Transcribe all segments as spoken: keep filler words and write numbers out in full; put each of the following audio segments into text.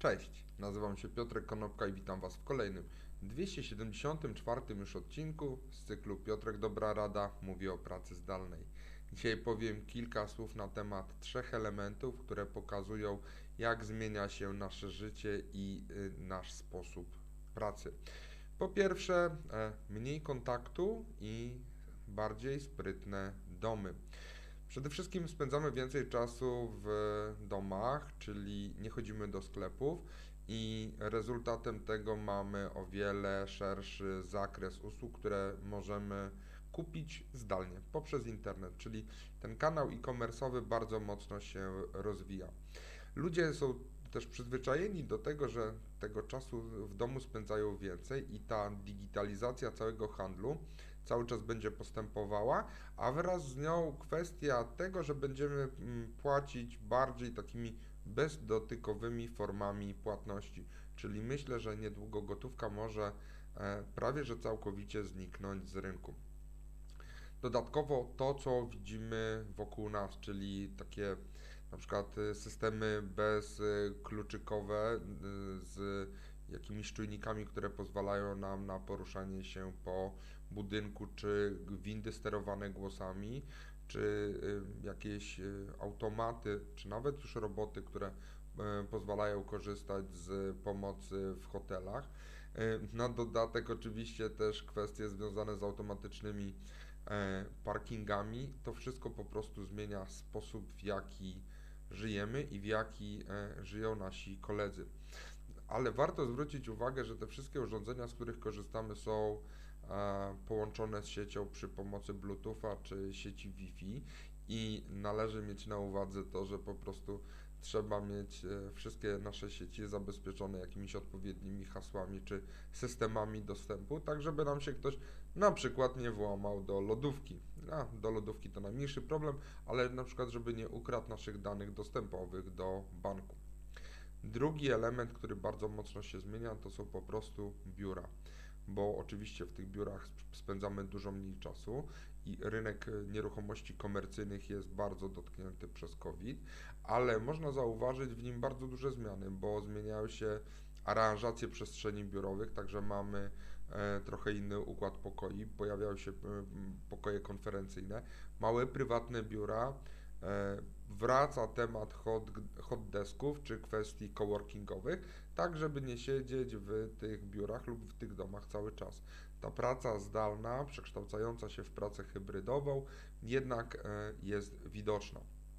Cześć, nazywam się Piotrek Konopka i witam Was w kolejnym dwieście siedemdziesiątym czwartym już odcinku z cyklu Piotrek Dobra Rada mówi o pracy zdalnej. Dzisiaj powiem kilka słów na temat trzech elementów, które pokazują, jak zmienia się nasze życie i y, nasz sposób pracy. Po pierwsze, e, mniej kontaktu i bardziej sprytne domy. Przede wszystkim spędzamy więcej czasu w domach, czyli nie chodzimy do sklepów i rezultatem tego mamy o wiele szerszy zakres usług, które możemy kupić zdalnie poprzez internet, czyli ten kanał e-commerce'owy bardzo mocno się rozwija. Ludzie są też przyzwyczajeni do tego, że tego czasu w domu spędzają więcej i ta digitalizacja całego handlu cały czas będzie postępowała, a wraz z nią kwestia tego, że będziemy mm, płacić bardziej takimi bezdotykowymi formami płatności. Czyli myślę, że niedługo gotówka może e, prawie że całkowicie zniknąć z rynku. Dodatkowo to, co widzimy wokół nas, czyli takie na przykład systemy bezkluczykowe z jakimiś czujnikami, które pozwalają nam na poruszanie się po budynku, czy windy sterowane głosami, czy jakieś automaty, czy nawet już roboty, które pozwalają korzystać z pomocy w hotelach. Na dodatek oczywiście też kwestie związane z automatycznymi parkingami. To wszystko po prostu zmienia sposób, w jaki żyjemy i w jaki żyją nasi koledzy. Ale warto zwrócić uwagę, że te wszystkie urządzenia, z których korzystamy, są połączone z siecią przy pomocy Bluetootha czy sieci Wi-Fi i należy mieć na uwadze to, że po prostu trzeba mieć wszystkie nasze sieci zabezpieczone jakimiś odpowiednimi hasłami czy systemami dostępu, tak żeby nam się ktoś na przykład nie włamał do lodówki. A, do lodówki to najmniejszy problem, ale na przykład żeby nie ukradł naszych danych dostępowych do banku. Drugi element, który bardzo mocno się zmienia, to są po prostu biura, bo oczywiście w tych biurach spędzamy dużo mniej czasu i rynek nieruchomości komercyjnych jest bardzo dotknięty przez COVID, ale można zauważyć w nim bardzo duże zmiany, bo zmieniają się aranżacje przestrzeni biurowych, także mamy e, trochę inny układ pokoi, pojawiają się e, pokoje konferencyjne, małe prywatne biura, e, wraca temat hot, hot desków czy kwestii coworkingowych, tak żeby nie siedzieć w tych biurach lub w tych domach cały czas. Ta praca zdalna, przekształcająca się w pracę hybrydową, jednak e, jest widoczna.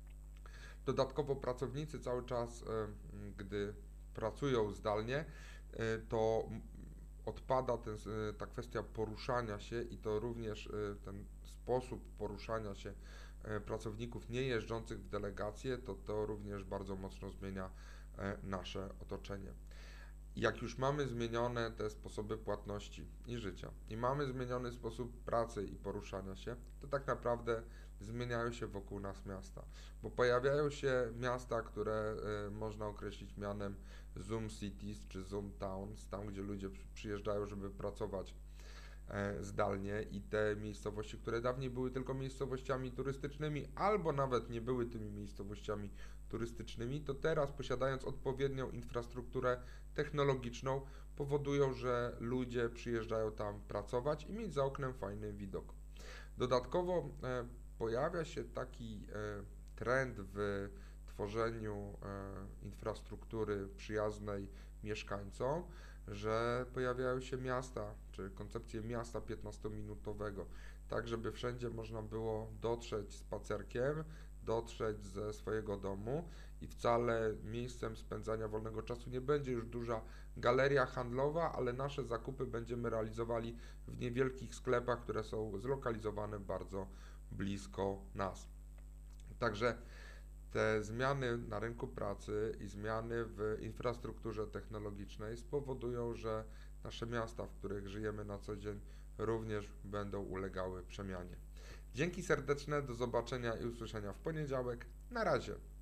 Dodatkowo pracownicy cały czas, e, gdy pracują zdalnie, e, to odpada ten, e, ta kwestia poruszania się i to również e, ten sposób poruszania się e, pracowników nie jeżdżących w delegacje, to to również bardzo mocno zmienia e, nasze otoczenie. Jak już mamy zmienione te sposoby płatności i życia i mamy zmieniony sposób pracy i poruszania się, to tak naprawdę zmieniają się wokół nas miasta, bo pojawiają się miasta, które y, można określić mianem Zoom Cities czy Zoom Towns, tam gdzie ludzie przyjeżdżają, żeby pracować e, zdalnie i te miejscowości, które dawniej były tylko miejscowościami turystycznymi albo nawet nie były tymi miejscowościami turystycznymi, to teraz posiadając odpowiednią infrastrukturę technologiczną powodują, że ludzie przyjeżdżają tam pracować i mieć za oknem fajny widok. Dodatkowo e, pojawia się taki e, trend w tworzeniu e, infrastruktury przyjaznej mieszkańcom, że pojawiają się miasta, czy koncepcje miasta piętnastominutowego, tak żeby wszędzie można było dotrzeć spacerkiem, dotrzeć ze swojego domu i wcale miejscem spędzania wolnego czasu nie będzie już duża galeria handlowa, ale nasze zakupy będziemy realizowali w niewielkich sklepach, które są zlokalizowane bardzo blisko nas. Także te zmiany na rynku pracy i zmiany w infrastrukturze technologicznej spowodują, że nasze miasta, w których żyjemy na co dzień, również będą ulegały przemianie. Dzięki serdeczne, do zobaczenia i usłyszenia w poniedziałek. Na razie.